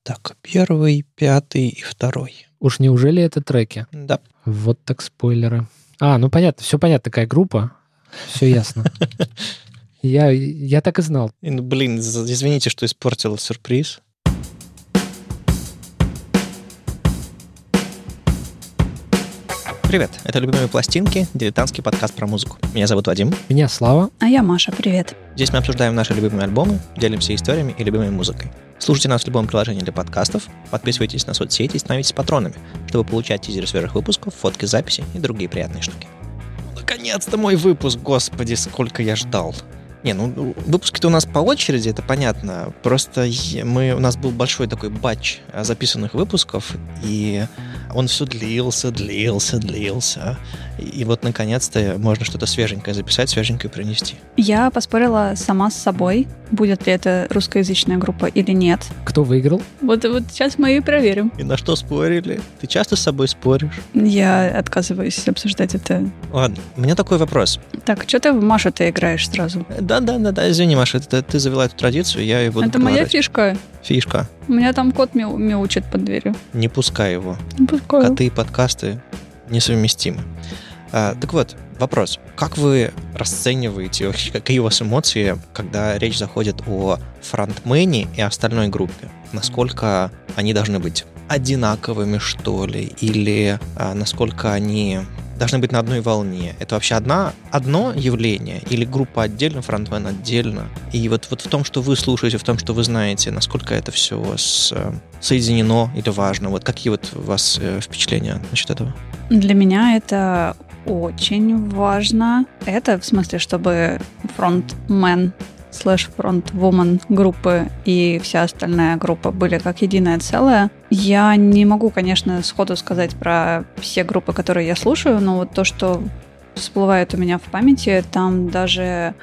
Так, 1, 5 и 2. Уж неужели это треки? Да. Вот так спойлеры. Ну понятно, все понятно, такая группа. Все ясно. Я так и знал. Блин, извините, что испортил сюрприз. Привет, это «Любимые пластинки», дилетантский подкаст про музыку. Меня зовут Вадим. Меня Слава. А я Маша, привет. Здесь мы обсуждаем наши любимые альбомы, делимся историями и любимой музыкой. Слушайте нас в любом приложении для подкастов, подписывайтесь на соцсети и становитесь патронами, чтобы получать тизеры свежих выпусков, фотки, записи и другие приятные штуки. Наконец-то мой выпуск, господи, сколько я ждал. Выпуски-то у нас по очереди, это понятно. Просто у нас был большой такой батч записанных выпусков, и он все длился. И вот, наконец-то, можно что-то свеженькое записать, свеженькое принести. Я поспорила сама с собой, будет ли это русскоязычная группа или нет. Кто выиграл? Вот сейчас мы и проверим. И на что спорили? Ты часто с собой споришь? Я отказываюсь обсуждать это. Ладно, у меня такой вопрос. Так, что ты в Машу-то играешь сразу? Да, извини, Маша, ты завела эту традицию, я ее буду Это продолжать. моя фишка. Фишка. У меня там кот мяучит под дверью. Не пускай его. Не пускаю. Коты и подкасты несовместимы. Так вот, вопрос. Как вы расцениваете, какие у вас эмоции, когда речь заходит о фронтмене и остальной группе? Насколько они должны быть одинаковыми, что ли? Или насколько они должны быть на одной волне? Это вообще одно явление? Или группа отдельно, фронтмен отдельно? И вот в том, что вы слушаете, в том, что вы знаете, насколько это все у вас соединено или важно? Вот какие вот у вас впечатления насчет этого? Для меня это очень важно. Это в смысле, чтобы фронтмен /фронтвумен группы и вся остальная группа были как единое целое. Я не могу, конечно, сходу сказать про все группы, которые я слушаю, но вот то, что всплывает у меня в памяти, там даже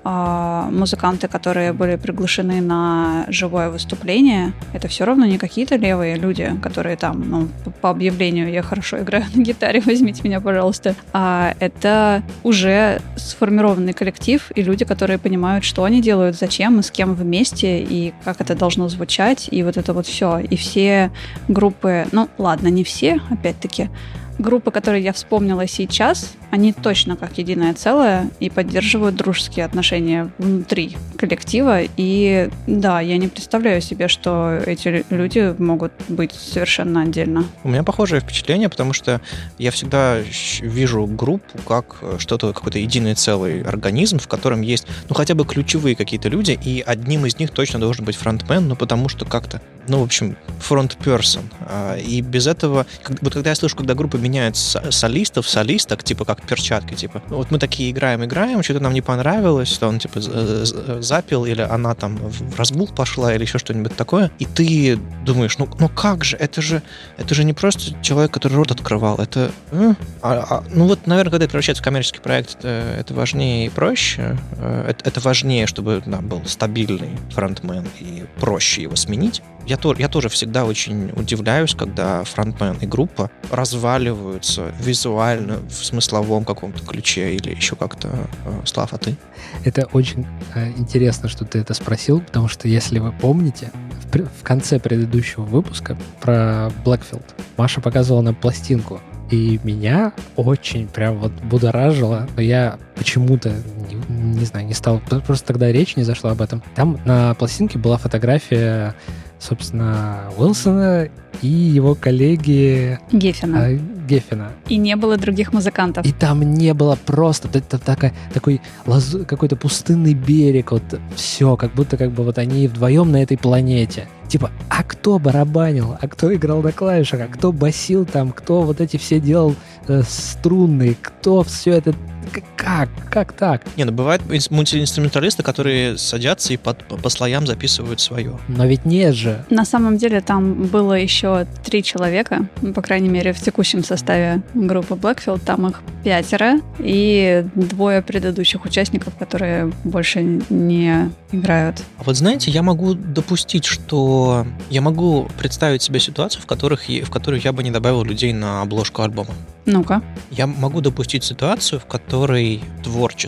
музыканты, которые были приглашены на живое выступление, это все равно не какие-то левые люди, которые там, по объявлению «я хорошо играю на гитаре, возьмите меня, пожалуйста». А это уже сформированный коллектив и люди, которые понимают, что они делают, зачем и с кем вместе, и как это должно звучать, и вот это вот все. И все группы, ладно, не все, опять-таки, группы, которые я вспомнила сейчас, они точно как единое целое и поддерживают дружеские отношения внутри коллектива. И да, я не представляю себе, что эти люди могут быть совершенно отдельно. У меня похожее впечатление, потому что я всегда вижу группу как что-то, какой-то единый целый организм, в котором есть, хотя бы ключевые какие-то люди, и одним из них точно должен быть фронтмен, потому что как-то, фронт-персон. И без этого, когда я слышу, когда группа меняет солисток, типа как перчатки, типа, вот мы такие играем, что-то нам не понравилось, то он типа запил, или она там в разгул пошла, или еще что-нибудь такое, и ты думаешь, как же, это же не просто человек, который рот открывал, это, наверное, когда это превращается в коммерческий проект, это важнее и проще, это важнее, чтобы был стабильный фронтмен и проще его сменить. Я тоже всегда очень удивляюсь, когда фронтмен и группа разваливаются визуально, в смысловом каком-то ключе или еще как-то. Слав, а ты? Это очень интересно, что ты это спросил, потому что, если вы помните, в конце предыдущего выпуска про Blackfield Маша показывала нам пластинку, и меня очень прям будоражило, но я почему-то, не знаю, не стал, просто тогда речь не зашла об этом. Там на пластинке была фотография, собственно, Уилсона и его коллеги Геффена. И не было других музыкантов. И там не было просто такой какой-то пустынный берег, вот все, как будто они вдвоем на этой планете. Типа, а кто барабанил, а кто играл на клавишах, а кто басил там, кто вот эти все делал струнные, кто все это... Как так? Бывают мультиинструменталисты, которые садятся и по слоям записывают свое. Но ведь нет же. На самом деле там было еще 3 человека, по крайней мере, в текущем составе группы Blackfield. Там их 5, и 2 предыдущих участников, которые больше не играют. А вот знаете, я могу допустить, что я могу представить себе ситуацию, в которой я бы не добавил людей на обложку альбома. Ну-ка. Я могу допустить ситуацию, в которой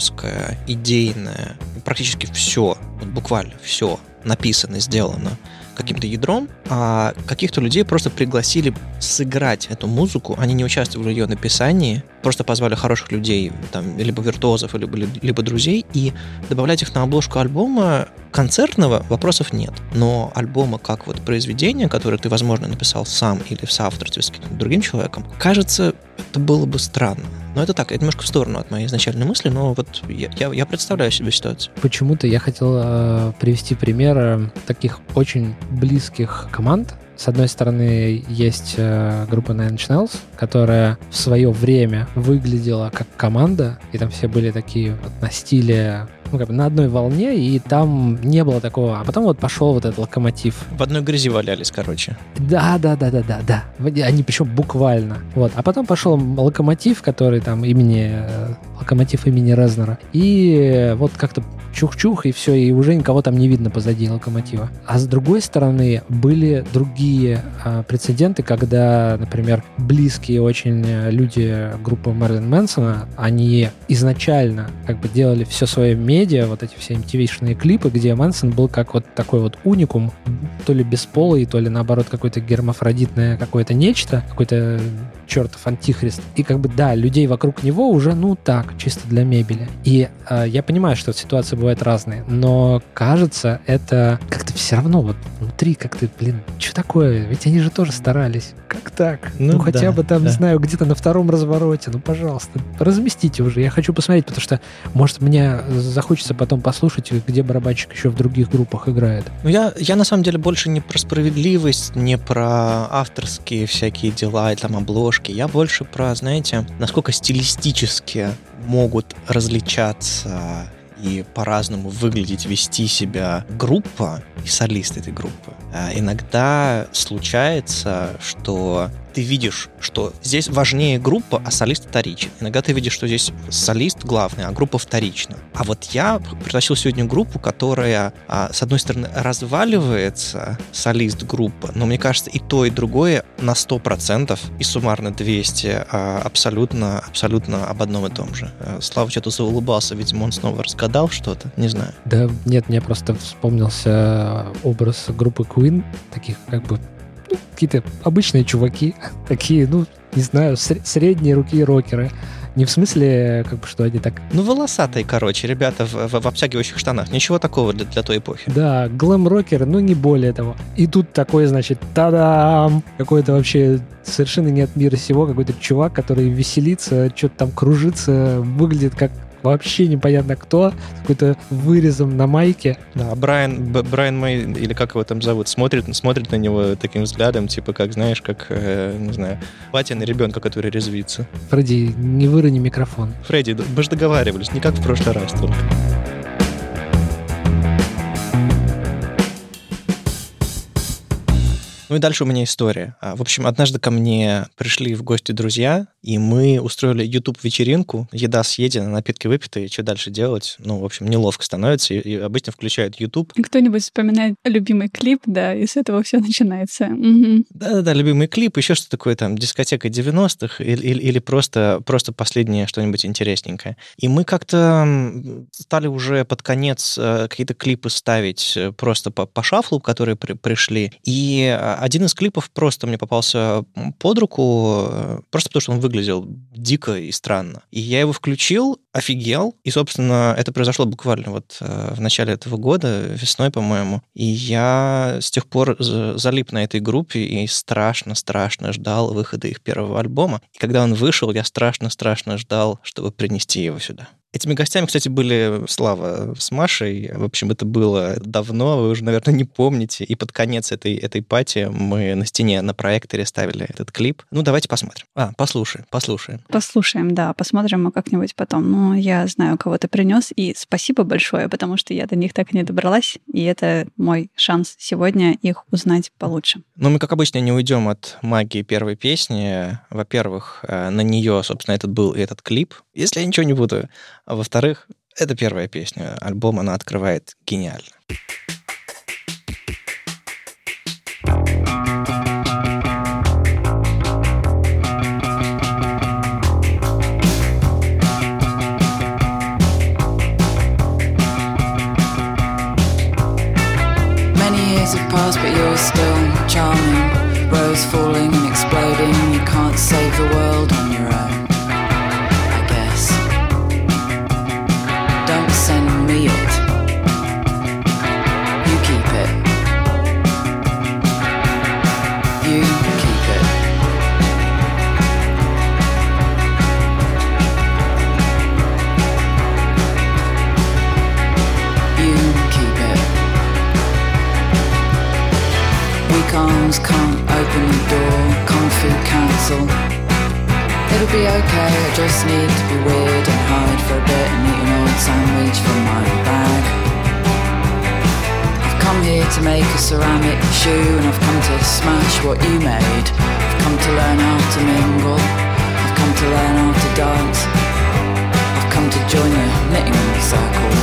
творческое, идейное, практически все, буквально все написано, сделано каким-то ядром, а каких-то людей просто пригласили сыграть эту музыку. Они не участвовали в ее написании, просто позвали хороших людей, там, либо виртуозов, либо друзей, и добавлять их на обложку альбома концертного вопросов нет. Но альбома как вот произведение, которое ты, возможно, написал сам или в соавторстве с каким-то другим человеком, кажется, это было бы странно. Но это так, это немножко в сторону от моей изначальной мысли, но вот я представляю себе ситуацию. Почему-то я хотел привести пример таких очень близких команд. С одной стороны, есть группа Nine Inch Nails, которая в свое время выглядела как команда, и там все были такие вот на стиле, ну, как бы на одной волне, и там не было такого. А потом вот пошел вот этот локомотив. В одной грязи валялись, короче. Да. Они причем буквально. Вот. А потом пошел локомотив, который там локомотив имени Резнера. И вот как-то чух-чух, и все, и уже никого там не видно позади локомотива. А с другой стороны, были другие прецеденты, когда, например, близкие очень люди группы Мэрилин Мэнсона, они изначально как бы делали все свое медиа, вот эти все MTV-шные клипы, где Мэнсон был как вот такой вот уникум, то ли бесполый, то ли наоборот какое-то гермафродитное какое-то нечто, какой-то чертов антихрист. И как бы, да, людей вокруг него уже, ну так, чисто для мебели. И я понимаю, что ситуации бывают разные, но кажется, это как-то все равно вот внутри как-то, что такое? Ведь они же тоже старались. Как так? Ну хотя бы там, не знаю, где-то на втором развороте, ну, пожалуйста, разместите уже. Я хочу посмотреть, потому что, может, мне захочется потом послушать, где барабанщик еще в других группах играет. Ну, я на самом деле больше не про справедливость, не про авторские всякие дела и там обложки. Я больше про, знаете, насколько стилистически могут различаться и по-разному выглядеть, вести себя группа и солист этой группы. Иногда случается, что ты видишь, что здесь важнее группа, а солист вторичен. Иногда ты видишь, что здесь солист главный, а группа вторична. А вот я притащил сегодня группу, которая, с одной стороны, разваливается, солист группы, но мне кажется, и то, и другое на 100%, и суммарно 200, абсолютно об одном и том же. Слава что-то заулыбался, видимо, он снова разгадал что-то, не знаю. Да, нет, мне просто вспомнился образ группы Queen, таких как бы какие-то обычные чуваки, такие, ну, не знаю, средние руки рокеры. Не в смысле, как бы, что они так... Ну, волосатые, короче, ребята в обтягивающих штанах. Ничего такого для той эпохи. Да, глэм-рокеры, но не более того. И тут такой, значит, та-дам! Какой-то вообще совершенно не от мира сего, какой-то чувак, который веселится, что-то там кружится, выглядит как вообще непонятно кто, с какой-то вырезом на майке. Да, Брайан Мэй, или как его там зовут, смотрит на него таким взглядом, типа, как, знаешь, как, не знаю, батя на ребенка, который резвится. Фредди, не вырони микрофон. Фредди, мы же договаривались, не как в прошлый раз только. Ну и дальше у меня история. В общем, однажды ко мне пришли в гости друзья, и мы устроили YouTube-вечеринку. Еда съедена, напитки выпиты, и что дальше делать? Ну, в общем, неловко становится, и обычно включают YouTube. Кто-нибудь вспоминает любимый клип, да, и с этого все начинается. Угу. Да, любимый клип, еще что такое там, дискотека 90-х, или просто последнее что-нибудь интересненькое. И мы как-то стали уже под конец какие-то клипы ставить просто по шафлу, которые пришли, и один из клипов просто мне попался под руку, просто потому что он выглядел дико и странно. И я его включил, офигел, и, собственно, это произошло буквально вот в начале этого года, весной, по-моему. И я с тех пор залип на этой группе и страшно-страшно ждал выхода их первого альбома. И когда он вышел, я страшно-страшно ждал, чтобы принести его сюда. Этими гостями, кстати, были Слава с Машей. В общем, это было давно, вы уже, наверное, не помните. И под конец этой пати мы на стене на проекторе ставили этот клип. Ну, давайте посмотрим. Послушаем. Послушаем, да. Посмотрим мы как-нибудь потом. Ну, я знаю, кого ты принес. И спасибо большое, потому что я до них так и не добралась. И это мой шанс сегодня их узнать получше. Ну, мы, как обычно, не уйдем от магии первой песни. Во-первых, на нее, собственно, был и этот клип. Если я ничего не буду. А во-вторых, это первая песня. Альбом она открывает гениально. Many years have passed, but you're still charming. Rose falling and exploding. You can't save the world on your own, I guess. Don't send me it. You keep it. You keep it. You keep it. Weak arms can't open the door. Kung Fu cancel. It'll be okay, I just need to be weird and hide for a bit and eat an old sandwich from my bag. I've come here to make a ceramic shoe and I've come to smash what you made. I've come to learn how to mingle. I've come to learn how to dance. I've come to join the knitting circle.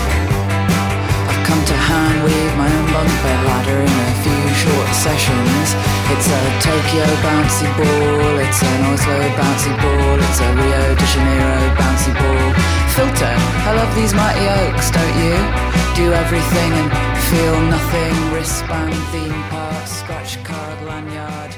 I've come to hand weave my own bunk bed ladder in a few short sessions. It's a Tokyo bouncy ball, it's an Oslo bouncy ball, it's a Rio de Janeiro bouncy ball. Filter, I love these mighty oaks, don't you? Do everything and feel nothing. Wristband, theme park, scratch card, lanyard.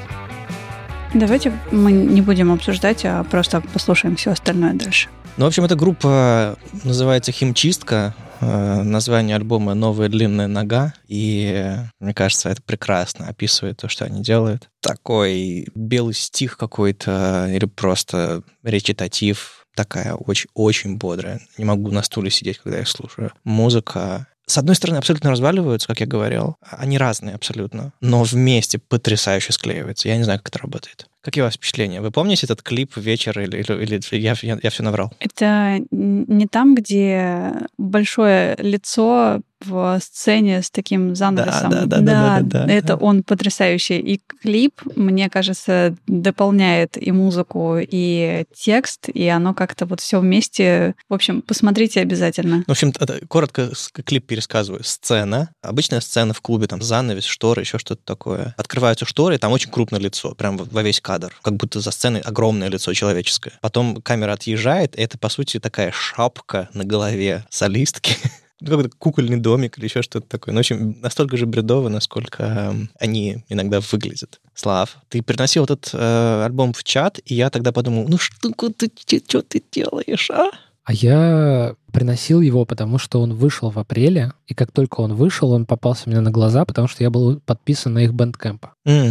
Давайте мы не будем обсуждать, а просто послушаем все остальное дальше. Ну, в общем, эта группа называется «Химчистка». Название альбома «Новая длинная нога». И, мне кажется, это прекрасно описывает то, что они делают. Такой белый стих какой-то или просто речитатив. Такая очень бодрая. Не могу на стуле сидеть, когда их слушаю. Музыка, с одной стороны, абсолютно разваливаются, как я говорил. Они разные абсолютно, но вместе потрясающе склеиваются. Я не знаю, как это работает. Какие у вас впечатления? Вы помните этот клип «Вечер» или я все наврал? Это не там, где большое лицо в сцене с таким занавесом. Да. Это он потрясающий. И клип, мне кажется, дополняет и музыку, и текст, и оно как-то вот все вместе. В общем, посмотрите обязательно. В общем, коротко клип пересказываю. Сцена, обычная сцена в клубе, там занавес, шторы, еще что-то такое. Открываются шторы, там очень крупное лицо, прям во весь кадр, как будто за сценой огромное лицо человеческое. Потом камера отъезжает, и это, по сути, такая шапка на голове солистки. Какой-то кукольный домик или еще что-то такое. Ну, в общем, настолько же бредово, насколько они иногда выглядят. Слав, ты приносил этот альбом в чат, и я тогда подумал, ну что ты делаешь, а? А я приносил его, потому что он вышел в апреле, и как только он вышел, он попался мне на глаза, потому что я был подписан на их Bandcamp.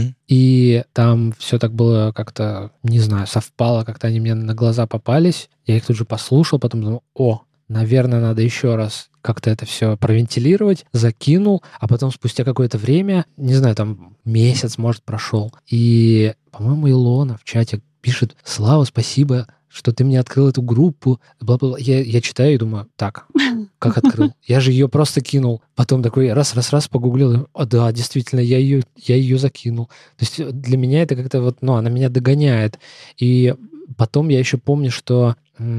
И там все так было как-то, не знаю, совпало, как-то они мне на глаза попались. Я их тут же послушал, потом думал, наверное, надо еще раз как-то это все провентилировать, закинул, а потом спустя какое-то время, не знаю, там месяц, может, прошел, и, по-моему, Илона в чате пишет: «Слава, спасибо, что ты мне открыл эту группу». Бла-бла-бла. Я читаю и думаю, так, как открыл? Я же ее просто кинул. Потом такой раз погуглил. Да, действительно, я ее закинул. То есть для меня это как-то вот, она меня догоняет. И потом я еще помню, что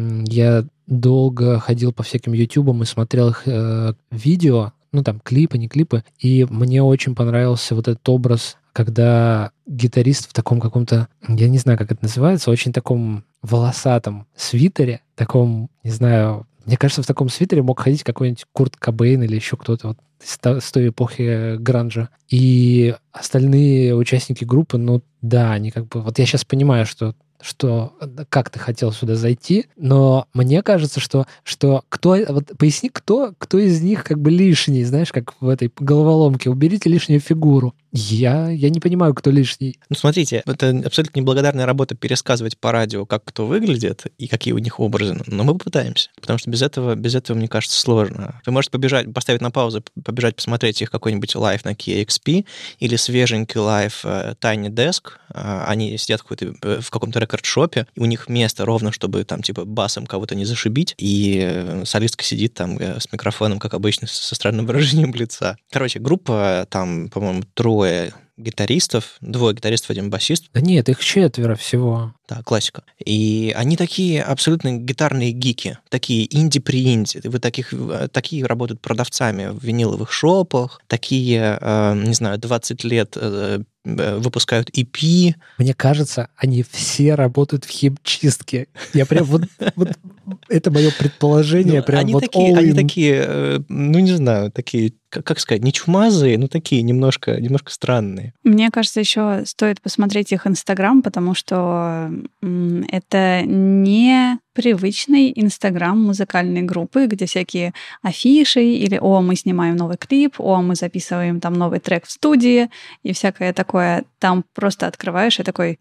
я долго ходил по всяким ютубам и смотрел их видео, там клипы, не клипы, и мне очень понравился вот этот образ, когда гитарист в таком каком-то, я не знаю, как это называется, очень таком волосатом свитере, таком, не знаю, мне кажется, в таком свитере мог ходить какой-нибудь Курт Кобейн или еще кто-то вот с той эпохи гранжа. И остальные участники группы, они как бы... Вот я сейчас понимаю, что как ты хотел сюда зайти, но мне кажется, что кто... Вот поясни, кто из них как бы лишний, знаешь, как в этой головоломке. Уберите лишнюю фигуру. Я не понимаю, кто лишний. Смотрите, это абсолютно неблагодарная работа пересказывать по радио, как кто выглядит и какие у них образы, но мы попытаемся, потому что без этого, мне кажется, сложно. Вы можете поставить на паузу, побежать посмотреть их какой-нибудь лайв на KXP или свеженький лайв Tiny Desk. Они сидят в каком-то рекорд-шопе, и у них место ровно, чтобы там типа басом кого-то не зашибить, и солистка сидит там с микрофоном, как обычно, со странным выражением лица. Короче, группа там, по-моему, двое гитаристов, один басист. Да нет, их 4 всего. Да, классика. И они такие абсолютно гитарные гики, такие инди при инди. Такие работают продавцами в виниловых шопах, такие, не знаю, 20 лет выпускают EP. Мне кажется, они все работают в химчистке. Я прям вот это мое предположение, прям они вот они такие, ну не знаю, такие, как сказать, не чумазые, но такие немножко странные. Мне кажется, еще стоит посмотреть их Инстаграм, потому что это не привычный Инстаграм музыкальной группы, где всякие афиши или «О, мы снимаем новый клип», «О, мы записываем там новый трек в студии» и всякое такое. Там просто открываешь и такой...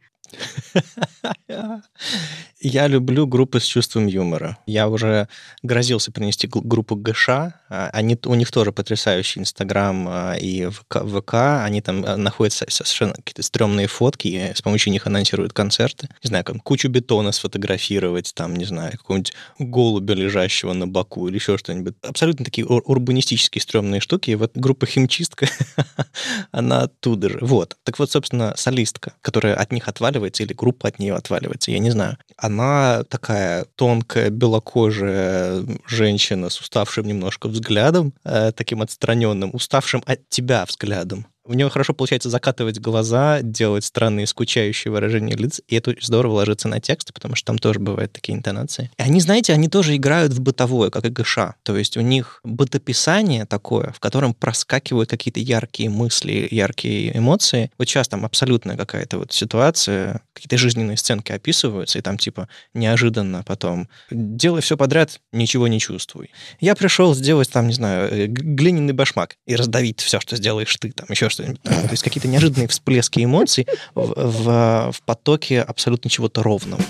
Я люблю группы с чувством юмора. Я уже грозился принести группу ГШ. У них тоже потрясающий Инстаграм и ВК. Они там находят совершенно какие-то стрёмные фотки, и с помощью них анонсируют концерты. Не знаю, как кучу бетона сфотографировать, там, не знаю, какого-нибудь голубя, лежащего на боку, или еще что-нибудь. Абсолютно такие урбанистические стрёмные штуки. И вот группа «Химчистка», она оттуда же. Вот. Так вот, собственно, солистка, которая от них отваливается, или группа от нее отваливается, я не знаю. Она такая тонкая, белокожая женщина с уставшим немножко взглядом, таким отстраненным, уставшим от тебя взглядом. У нее хорошо получается закатывать глаза, делать странные скучающие выражения лиц, и это здорово ложится на тексты, потому что там тоже бывают такие интонации. И они, знаете, они тоже играют в бытовое, как и ГШ. То есть у них бытописание такое, в котором проскакивают какие-то яркие мысли, яркие эмоции. Вот сейчас там абсолютная какая-то вот ситуация, какие-то жизненные сценки описываются, и там типа неожиданно потом «делай все подряд, ничего не чувствуй». Я пришел сделать там, не знаю, глиняный башмак и раздавить все, что сделаешь ты, там еще что-нибудь. То есть какие-то неожиданные всплески эмоций в потоке абсолютно чего-то ровного.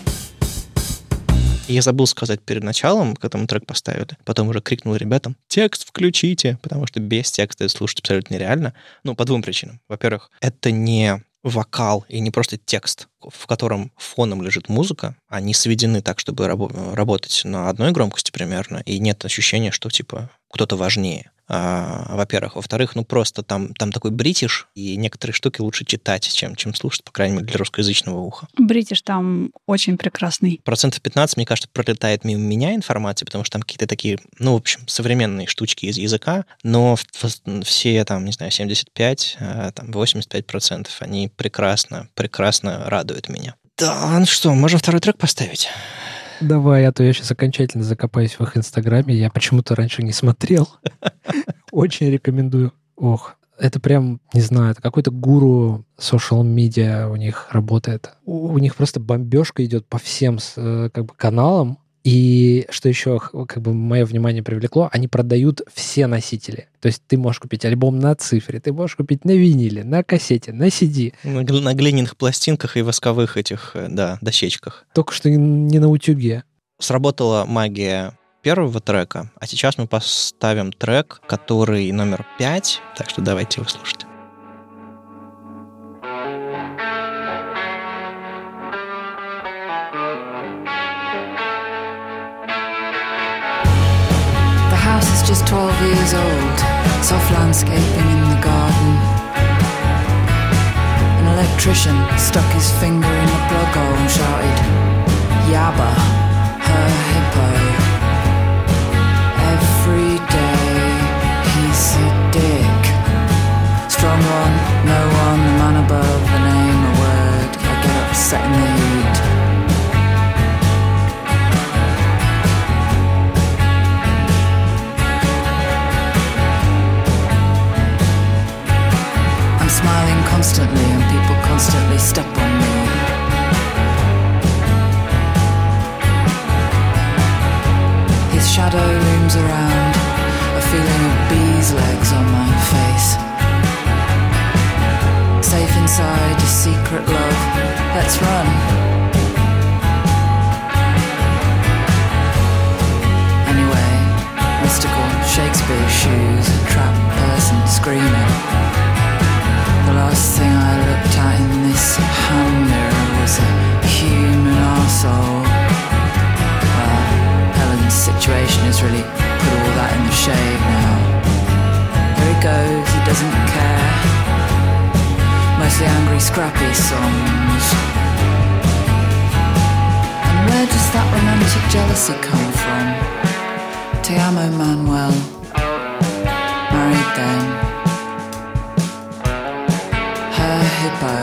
И я забыл сказать перед началом, когда мы трек поставили, потом уже крикнул ребятам: «Текст включите!», потому что без текста это слушать абсолютно нереально. Ну, по двум причинам. Во-первых, это не вокал и не просто текст, в котором фоном лежит музыка. Они сведены так, чтобы работать на одной громкости примерно, и нет ощущения, что типа кто-то важнее. Во-первых. Во-вторых, ну просто там такой бритиш, и некоторые штуки лучше читать, чем слушать, по крайней мере, для русскоязычного уха. Бритиш там очень прекрасный. 15%, мне кажется, пролетает мимо меня информации, потому что там какие-то такие, ну, в общем, современные штучки из языка, но все там, не знаю, 75, там 85%, они прекрасно радуют меня. Да, ну что, можем второй трек поставить? Давай, а то я сейчас окончательно закопаюсь в их Инстаграме. Я почему-то раньше не смотрел. Очень рекомендую. Ох, это прям, не знаю, это какой-то гуру social-медиа у них работает. У них просто бомбежка идет по всем как бы каналам. И что еще как бы мое внимание привлекло, они продают все носители. То есть ты можешь купить альбом на цифре, ты можешь купить на виниле, на кассете, на CD. На глиняных пластинках и восковых этих, да, дощечках. Только что не на утюге. Сработала магия первого трека, а сейчас мы поставим трек, который номер 5, так что давайте его слушать. Just 12 years old, soft landscaping in the garden. An electrician stuck his finger in the plug hole and shouted, "Yabba, her hippo." Every day he's a dick. Strong one, no one, the man above, a name, a word. I get upset in the heat. Smiling constantly and people constantly step on me. His shadow looms around, a feeling of bees' legs on my face. Safe inside a secret love, let's run. Anyway, mystical Shakespeare shoes, a trapped person screaming. The last thing I looked at in this hand mirror was a human arsehole. Well, Helen's situation has really put all that in the shade now. Here he goes, he doesn't care. Mostly angry, scrappy songs. And where does that romantic jealousy come from? Te amo, Manuel. Married then. Her hippo.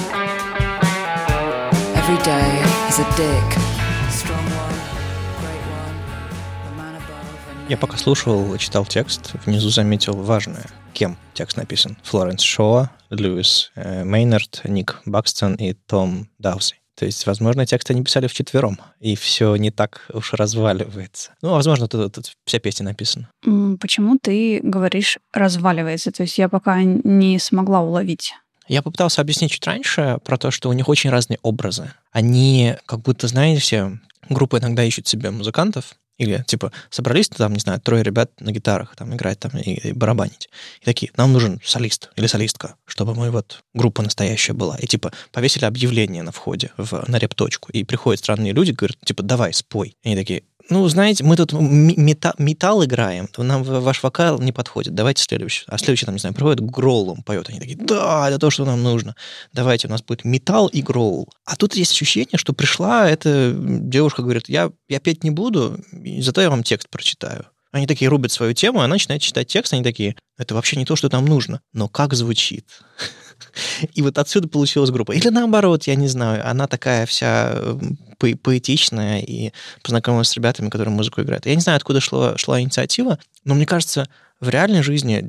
Every day is a dick. Strong one, great one, the man above and Я пока слушал, читал текст, внизу заметил важное. Кем текст написан? Флоренс Шоа, Льюис Мейнард, Ник Бакстон и Том Даузи. То есть, возможно, текст они писали вчетвером, и все не так уж разваливается. Ну, возможно, тут вся песня написана. Почему ты говоришь «разваливается»? То есть я пока не смогла уловить. Я попытался объяснить чуть раньше про то, что у них очень разные образы. Они, как будто, знаете, группы иногда ищут себе музыкантов, или, типа, собрались там, не знаю, 3 ребят на гитарах там играть там и барабанить. И такие, нам нужен солист или солистка, чтобы мы вот группа настоящая была. И, типа, повесили объявление на входе на репточку. И приходят странные люди, говорят, типа, давай, спой. И они такие, ну, знаете, мы тут металл играем, нам ваш вокал не подходит, давайте следующий. А следующий, там, не знаю, приходит гроулом, поет. Они такие, да, это то, что нам нужно. Давайте, у нас будет металл и гроул. А тут есть ощущение, что пришла эта девушка, говорит, я петь не буду, зато я вам текст прочитаю. Они такие рубят свою тему, она начинает читать текст, они такие, это вообще не то, что нам нужно, но как звучит. И вот отсюда получилась группа. Или наоборот, я не знаю, она такая вся поэтичная и познакомилась с ребятами, которые музыку играют. Я не знаю, откуда шла инициатива, но мне кажется, в реальной жизни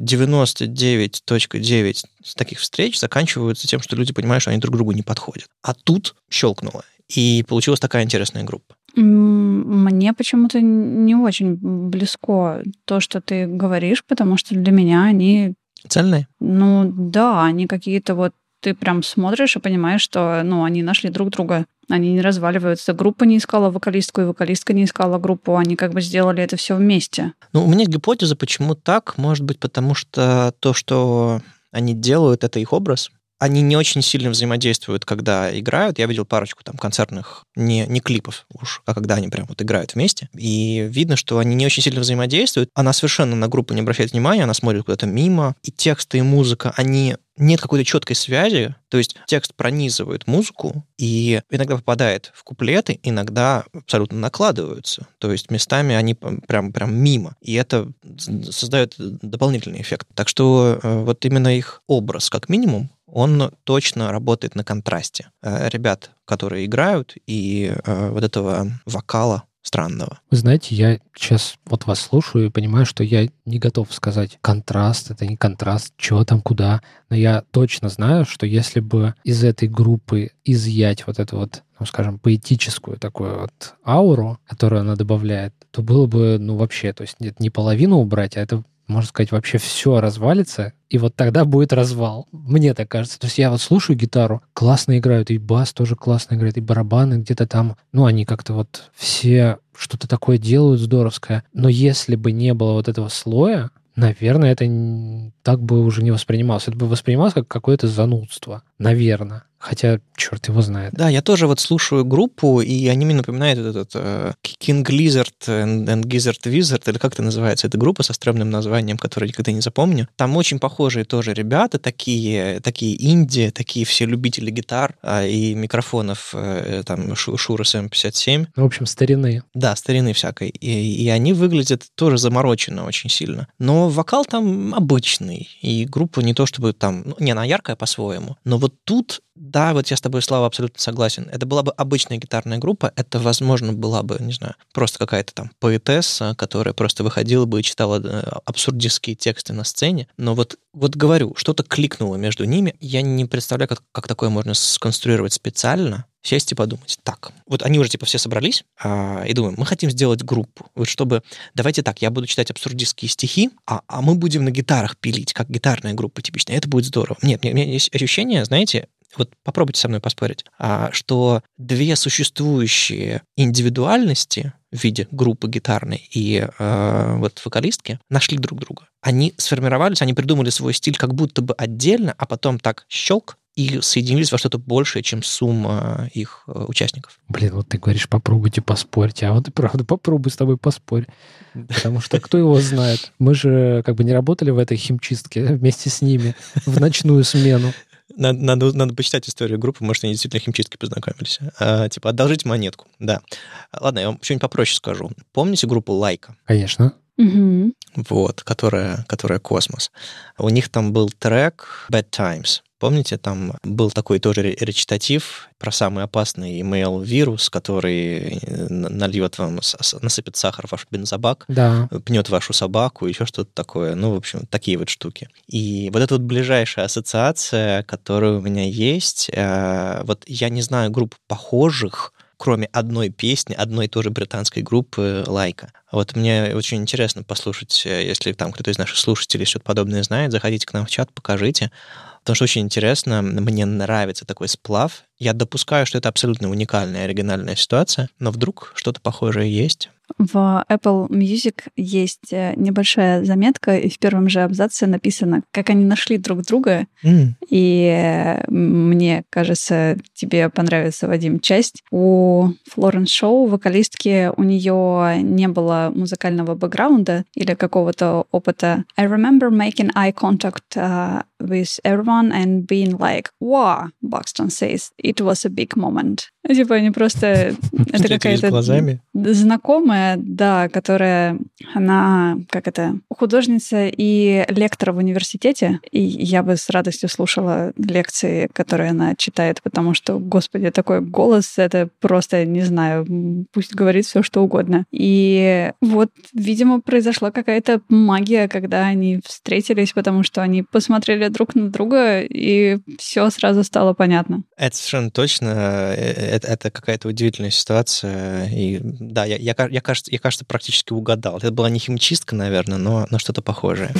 99.9 таких встреч заканчиваются тем, что люди понимают, что они друг другу не подходят. А тут щелкнуло, и получилась такая интересная группа. Мне почему-то не очень близко то, что ты говоришь, потому что для меня они... Цельные? Ну да, они какие-то вот... Ты прям смотришь и понимаешь, что они нашли друг друга. Они не разваливаются. Группа не искала вокалистку, и вокалистка не искала группу. Они как бы сделали это все вместе. Ну, у меня есть гипотеза, почему так. Может быть, потому что то, что они делают, это их образ. Они не очень сильно взаимодействуют, когда играют. Я видел парочку там концертных, не клипов уж, а когда они прям вот играют вместе. И видно, что они не очень сильно взаимодействуют. Она совершенно на группу не обращает внимания, она смотрит куда-то мимо. И тексты, и музыка, нет какой-то четкой связи. То есть текст пронизывает музыку и иногда попадает в куплеты, иногда абсолютно накладываются. То есть местами они прям мимо. И это создает дополнительный эффект. Так что вот именно их образ, как минимум, он точно работает на контрасте. Ребят, которые играют, и вот этого вокала странного. Вы знаете, я сейчас вот вас слушаю и понимаю, что я не готов сказать контраст, это не контраст, чего там, куда. Но я точно знаю, что если бы из этой группы изъять вот эту вот, ну, скажем, поэтическую такую вот ауру, которую она добавляет, то было бы, вообще, то есть не половину убрать, а это, можно сказать, вообще все развалится, и вот тогда будет развал. Мне так кажется. То есть я вот слушаю гитару, классно играют, и бас тоже классно играет, и барабаны где-то там, они как-то вот все что-то такое делают здоровское. Но если бы не было вот этого слоя, наверное, это так бы уже не воспринималось. Это бы воспринималось как какое-то занудство. Наверное. Хотя, черт его знает. Да, я тоже вот слушаю группу, и они мне напоминают этот King Lizard and Gizzard Wizard, или как это называется, эта группа со стрёмным названием, которое никогда не запомню. Там очень похожие тоже ребята, такие инди, такие все любители гитар и микрофонов, там, Shure SM57. В общем, старины. Да, старины всякой. И они выглядят тоже замороченно очень сильно. Но вокал там обычный, и группа не то чтобы там... она яркая по-своему, но вот тут... Да, вот я с тобой, Слава, абсолютно согласен. Это была бы обычная гитарная группа, это, возможно, была бы, не знаю, просто какая-то там поэтесса, которая просто выходила бы и читала абсурдистские тексты на сцене. Но вот говорю, что-то кликнуло между ними. Я не представляю, как такое можно сконструировать специально. Сесть и подумать. Так, вот они уже все собрались, и думаем, мы хотим сделать группу. Вот чтобы, давайте так, я буду читать абсурдистские стихи, а мы будем на гитарах пилить, как гитарная группа типичная. Это будет здорово. Нет, у меня есть ощущение, знаете, вот попробуйте со мной поспорить, что две существующие индивидуальности в виде группы гитарной и вот вокалистки нашли друг друга. Они сформировались, они придумали свой стиль как будто бы отдельно, а потом так щелк, и соединились во что-то большее, чем сумма их участников. Блин, вот ты говоришь, попробуйте поспорьте, а вот и правда, попробуй с тобой поспорь. Потому что кто его знает? Мы же как бы не работали в этой химчистке вместе с ними в ночную смену. Надо почитать историю группы, может, они действительно в химчистке познакомились. Одолжите монетку, да. Ладно, я вам что-нибудь попроще скажу. Помните группу Лайка? Конечно. Угу. вот, которая космос. У них там был трек Bad Times. Помните, там был такой тоже речитатив про самый опасный email-вирус, который нальет вам, насыпет сахар в ваш бензобак, Да. пнет вашу собаку, еще что-то такое. Ну, в общем, такие вот штуки. И вот эта вот ближайшая ассоциация, которая у меня есть, вот я не знаю групп похожих, кроме одной песни, одной и той же британской группы «Лайка». Вот мне очень интересно послушать, если там кто-то из наших слушателей что-то подобное знает, заходите к нам в чат, покажите. Потому что очень интересно, мне нравится такой сплав. Я допускаю, что это абсолютно уникальная, оригинальная ситуация, но вдруг что-то похожее есть. В Apple Music есть небольшая заметка, и в первом же абзаце написано, как они нашли друг друга. И мне кажется, тебе понравится, Вадим, часть. У Флоренс Шоу, вокалистки, у нее не было музыкального бэкграунда или какого-то опыта. I remember making eye contact with everyone and being like, wow, Buxton says, it was a big moment. Типа они просто... Это какая-то знакомая, да, которая... Она, художница и лектор в университете. И я бы с радостью слушала лекции, которые она читает, потому что, господи, такой голос, это просто, не знаю, пусть говорит все что угодно. И вот, видимо, произошла какая-то магия, когда они встретились, потому что они посмотрели друг на друга, и все сразу стало понятно. Это совершенно точно. Это какая-то удивительная ситуация. И да, я кажется, практически угадал. Это была не химчистка, наверное, но что-то похожее.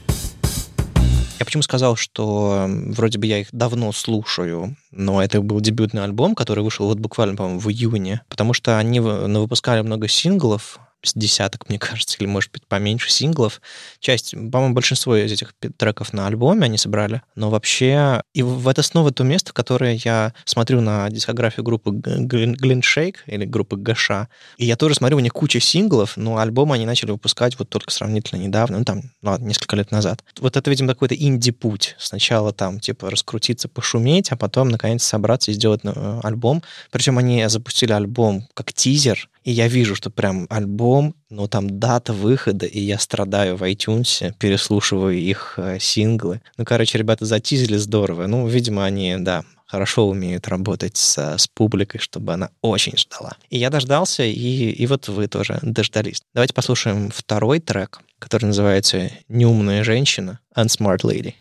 Я почему сказал, что вроде бы я их давно слушаю, но это был дебютный альбом, который вышел вот буквально, по-моему, в июне, потому что они выпускали много синглов, с десяток, мне кажется, или, может быть, поменьше синглов. Часть, по-моему, большинство из этих треков на альбоме они собрали. Но вообще... И это снова то место, в которое я смотрю на дискографию группы Glint Shake или группы ГШ. И я тоже смотрю, у них куча синглов, но альбомы они начали выпускать вот только сравнительно недавно, несколько лет назад. Вот это, видимо, какой-то инди-путь. Сначала там, раскрутиться, пошуметь, а потом, наконец, собраться и сделать альбом. Причем они запустили альбом как тизер, и я вижу, что прям альбом, но там дата выхода, и я страдаю в iTunes, переслушиваю их синглы. Ребята затизили здорово. Видимо, они, да, хорошо умеют работать с публикой, чтобы она очень ждала. И я дождался, и вот вы тоже дождались. Давайте послушаем второй трек, который называется «Неумная женщина» Unsmart Lady.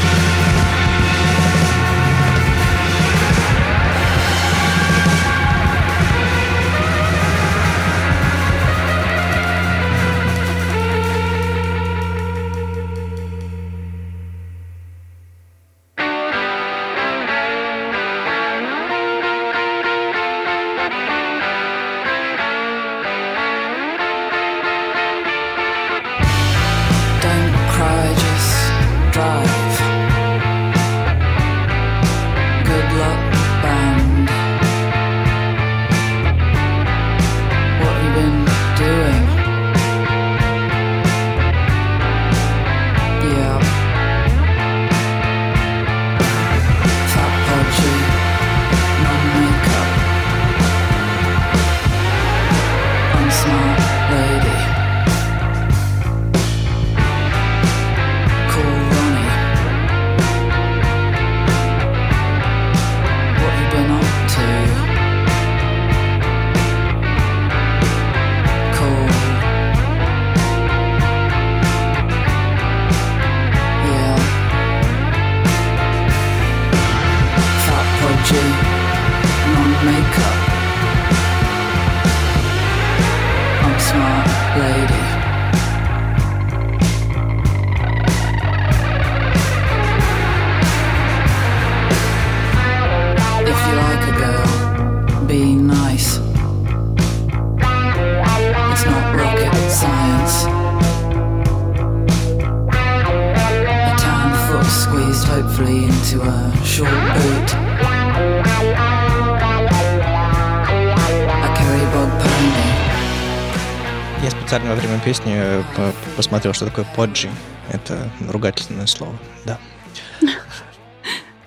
Я специально во время песни посмотрел, что такое поджи. Это ругательное слово, да.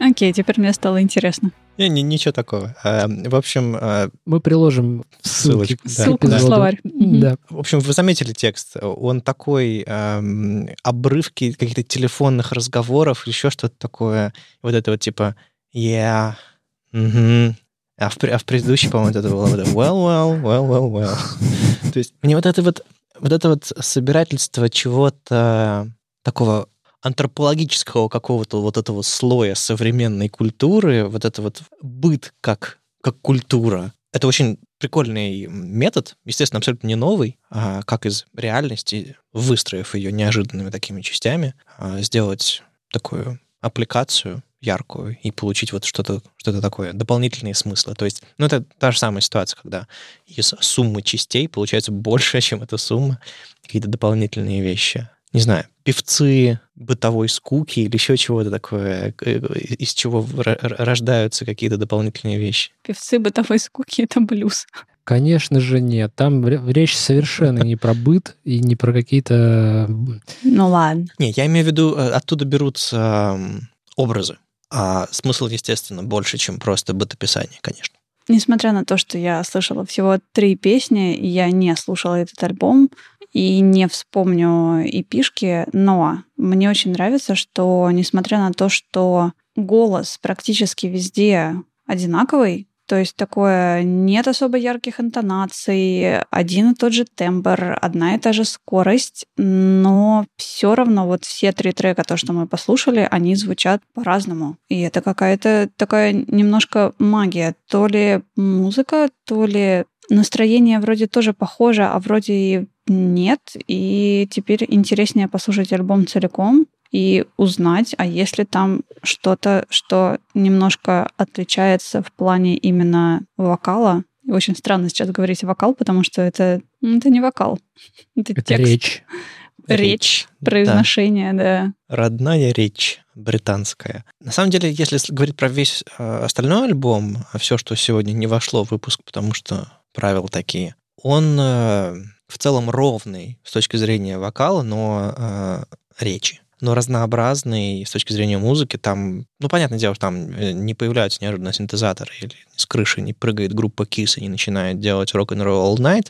Окей, теперь мне стало интересно. Ничего такого. В общем... Мы приложим ссылки. Ссылку на словарь. Да. В общем, вы заметили текст. Он такой, обрывки каких-то телефонных разговоров, еще что-то такое. Вот это вот типа yeah, а в предыдущей, по-моему, это было well. То есть мне вот это вот собирательство чего-то такого антропологического какого-то вот этого слоя современной культуры, вот это вот быт как культура, это очень прикольный метод, естественно, абсолютно не новый, как из реальности, выстроив ее неожиданными такими частями, сделать такую аппликацию яркую и получить вот что-то такое, дополнительные смыслы. То есть, это та же самая ситуация, когда из суммы частей получается больше, чем эта сумма, какие-то дополнительные вещи. Не знаю, певцы бытовой скуки или еще чего-то такое, из чего рождаются какие-то дополнительные вещи. Певцы бытовой скуки — это блюз. Конечно же нет. Там речь совершенно не про быт и не про какие-то... Ну ладно. Не, я имею в виду, оттуда берутся образы. А смысл, естественно, больше, чем просто бытописание, конечно. Несмотря на то, что я слышала всего 3 песни, я не слушала этот альбом и не вспомню эпишки, но мне очень нравится, что, несмотря на то, что голос практически везде одинаковый, то есть такое, нет особо ярких интонаций, один и тот же тембр, одна и та же скорость, но все равно вот все 3 трека, то, что мы послушали, они звучат по-разному. И это какая-то такая немножко магия. То ли музыка, то ли настроение вроде тоже похоже, а вроде и нет. И теперь интереснее послушать альбом целиком и узнать, а есть ли там что-то, что немножко отличается в плане именно вокала. И очень странно сейчас говорить вокал, потому что это не вокал. Это текст. Речь, произношение, да. Родная речь британская. На самом деле, если говорить про весь остальной альбом, все, что сегодня не вошло в выпуск, потому что правила такие, он в целом ровный с точки зрения вокала, но речи. Но разнообразный с точки зрения музыки. Там, понятное дело, что там не появляются неожиданно синтезаторы, или с крыши не прыгает группа Kiss и не начинает делать rock-and-roll all night,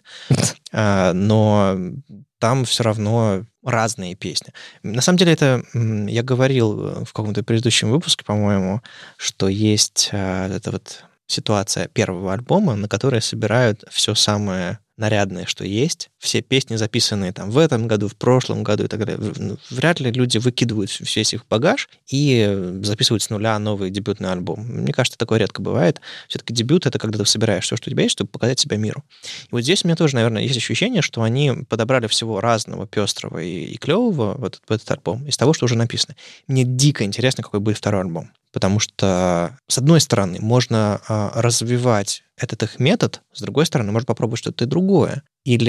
но там все равно разные песни. На самом деле, это я говорил в каком-то предыдущем выпуске, по-моему, что есть эта вот ситуация первого альбома, на которой собирают все самое нарядное, что есть. Все песни, записанные там в этом году, в прошлом году и так далее. Вряд ли люди выкидывают весь их багаж и записывают с нуля новый дебютный альбом. Мне кажется, такое редко бывает. Все-таки дебют — это когда ты собираешь все, что у тебя есть, чтобы показать себя миру. И вот здесь у меня тоже, наверное, есть ощущение, что они подобрали всего разного, пестрого и клевого в этот альбом из того, что уже написано. Мне дико интересно, какой будет второй альбом. Потому что, с одной стороны, можно развивать этот их метод, с другой стороны, можно попробовать что-то другое.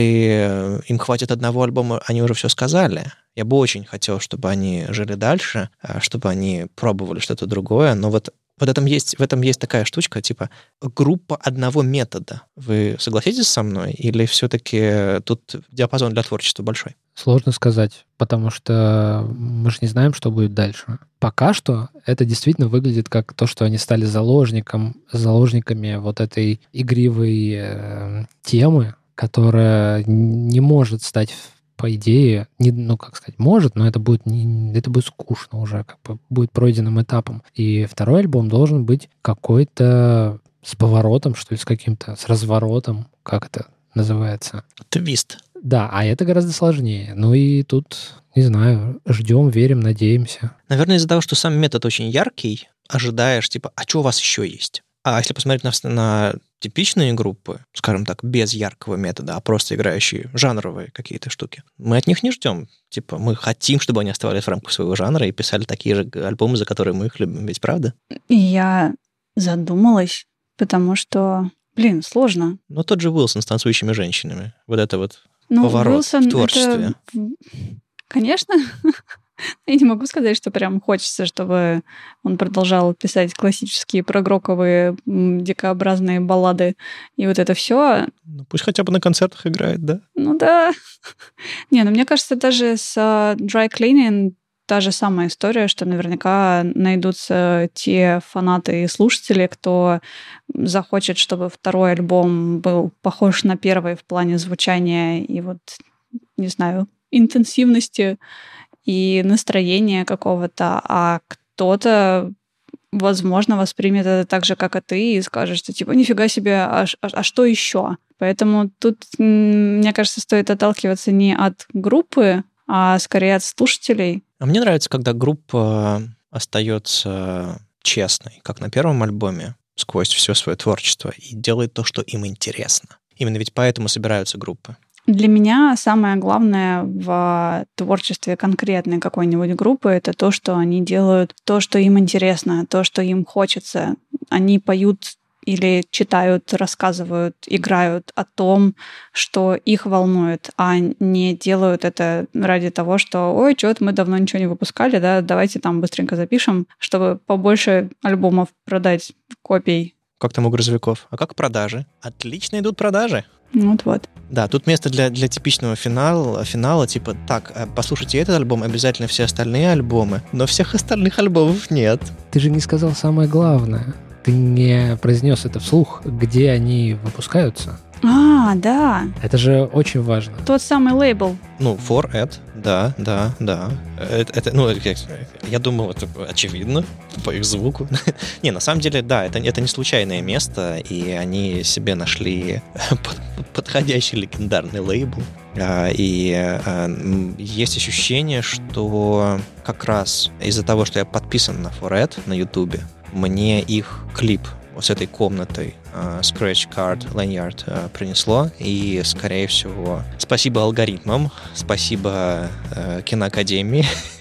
Или им хватит одного альбома, они уже все сказали. Я бы очень хотел, чтобы они жили дальше, чтобы они пробовали что-то другое, но в этом есть такая штучка, типа группа одного метода. Вы согласитесь со мной? Или все-таки тут диапазон для творчества большой? Сложно сказать, потому что мы же не знаем, что будет дальше. Пока что это действительно выглядит как то, что они стали заложниками вот этой игривой темы, которая не может стать, по идее, может, но это будет скучно уже, будет пройденным этапом. И второй альбом должен быть какой-то с поворотом, что ли, с разворотом, как это называется? Твист. Да, а это гораздо сложнее. И тут, не знаю, ждем, верим, надеемся. Наверное, из-за того, что сам метод очень яркий, ожидаешь, а что у вас еще есть? А если посмотреть на типичные группы, скажем так, без яркого метода, а просто играющие жанровые какие-то штуки, мы от них не ждем. Мы хотим, чтобы они оставались в рамках своего жанра и писали такие же альбомы, за которые мы их любим. Ведь правда? Я задумалась, потому что, сложно. Но тот же Уилсон с танцующими женщинами. Вот это вот поворот Уилсон, в творчестве. Конечно. Я не могу сказать, что прям хочется, чтобы он продолжал писать классические прогроковые дикообразные баллады и вот это все. Пусть хотя бы на концертах играет, да? Да. Мне кажется, даже с Dry Cleaning та же самая история, что наверняка найдутся те фанаты и слушатели, кто захочет, чтобы второй альбом был похож на первый в плане звучания и вот, не знаю, интенсивности и настроения какого-то, а кто-то, возможно, воспримет это так же, как и ты, и скажет, что типа нифига себе, а что еще? Поэтому тут, мне кажется, стоит отталкиваться не от группы, а скорее от слушателей. А мне нравится, когда группа остается честной, как на первом альбоме, сквозь все свое творчество, и делает то, что им интересно. Именно ведь поэтому собираются группы. Для меня самое главное в творчестве конкретной какой-нибудь группы — это то, что они делают то, что им интересно, то, что им хочется. Они поют или читают, рассказывают, играют о том, что их волнует, а не делают это ради того, что «Ой, что-то мы давно ничего не выпускали, да, давайте там быстренько запишем, чтобы побольше альбомов продать, копий». Как там у грузовиков? А как продажи? Отлично идут продажи. Вот-вот. Да, тут место для типичного финала, типа, так, послушайте этот альбом, обязательно все остальные альбомы, но всех остальных альбомов нет. Ты же не сказал самое главное. Ты не произнес это вслух, где они выпускаются. А, да. Это же очень важно. Тот самый лейбл. Ну, For Ed, да. Это, я думал, это очевидно по их звуку. Не, на самом деле, да, это не случайное место, и они себе нашли подходящий легендарный лейбл. И есть ощущение, что как раз из-за того, что я подписан на For Ed на Ютубе, мне их клип вот с этой комнатой Scratch Card Lanyard принесло, и, скорее всего, спасибо алгоритмам, спасибо Киноакадемии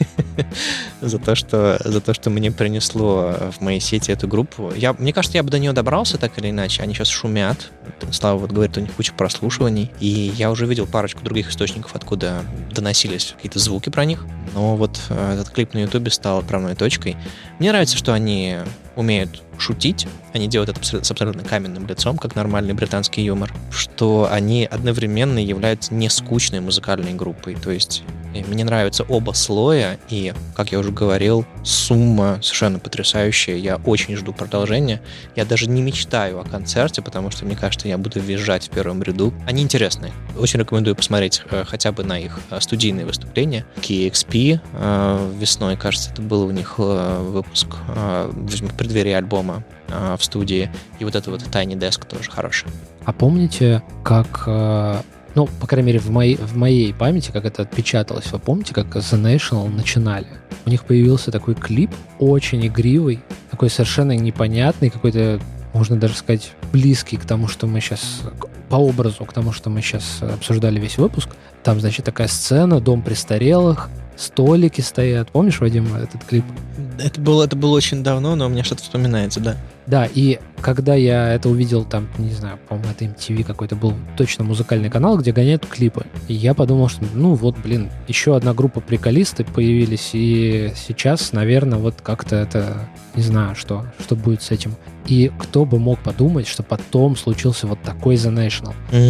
за то, что мне принесло в моей сети эту группу. Мне кажется, я бы до нее добрался так или иначе. Они сейчас шумят. Слава вот говорит, у них куча прослушиваний. И я уже видел парочку других источников, откуда доносились какие-то звуки про них. Но вот этот клип на Ютубе стал отправной точкой. Мне нравится, что они умеют шутить. Они делают это с абсолютно каменным лицом, как нормальный британский юмор. Что они одновременно являются не скучной музыкальной группой. То есть мне нравятся оба слоя, и, как я уже говорил, сумма совершенно потрясающая. Я очень жду продолжения. Я даже не мечтаю о концерте, потому что мне кажется, я буду визжать в первом ряду. Они интересные. Очень рекомендую посмотреть хотя бы на их студийные выступления. KXP весной, кажется, это был у них выпуск в преддверии альбома в студии. И вот это вот Tiny Desk тоже хороший. А помните, как... Ну, по крайней мере, в моей памяти, как это отпечаталось, вы помните, как The National начинали? У них появился такой клип, очень игривый, такой совершенно непонятный, какой-то, можно даже сказать, близкий к тому, что мы сейчас, по образу, к тому, что мы сейчас обсуждали весь выпуск. Там, значит, такая сцена, дом престарелых, столики стоят. Помнишь, Вадим, этот клип? Это было очень давно, но у меня что-то вспоминается, да. Да, и когда я это увидел, там, не знаю, по-моему, это MTV какой-то был точно музыкальный канал, где гоняют клипы. И я подумал, что, еще одна группа приколисты появились, и сейчас, наверное, вот как-то это, не знаю, что будет с этим. И кто бы мог подумать, что потом случился вот такой The National.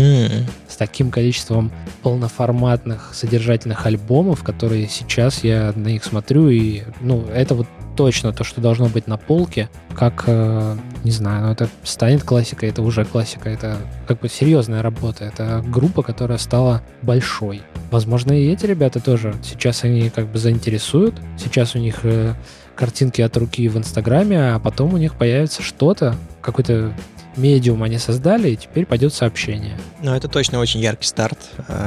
С таким количеством полноформатных, содержательных альбомов, которые сейчас я на них смотрю, и, это вот точно то, что должно быть на полке, как, не знаю, это станет классикой, это уже классика, это как бы серьезная работа, это группа, которая стала большой. Возможно, и эти ребята тоже, сейчас они как бы заинтересуют, сейчас у них картинки от руки в Инстаграме, а потом у них появится что-то, какой-то медиум они создали, и теперь пойдет сообщение. Ну, это точно очень яркий старт.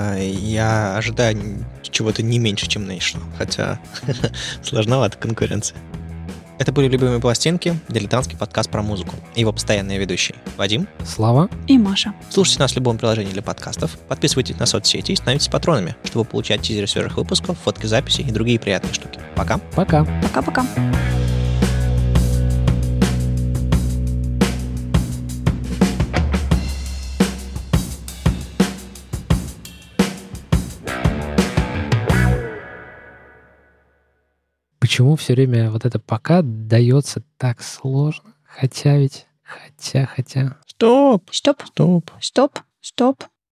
Я ожидаю чего-то не меньше, чем National, хотя сложновато конкуренция. Это были «Любимые пластинки», дилетантский подкаст про музыку. Его постоянные ведущие Вадим, Слава и Маша. Слушайте нас в любом приложении для подкастов, подписывайтесь на соцсети и становитесь патронами, чтобы получать тизеры свежих выпусков, фотки записей и другие приятные штуки. Пока. Пока. Пока-пока. Почему все время вот это «пока» дается так сложно? Хотя. Стоп. Стоп.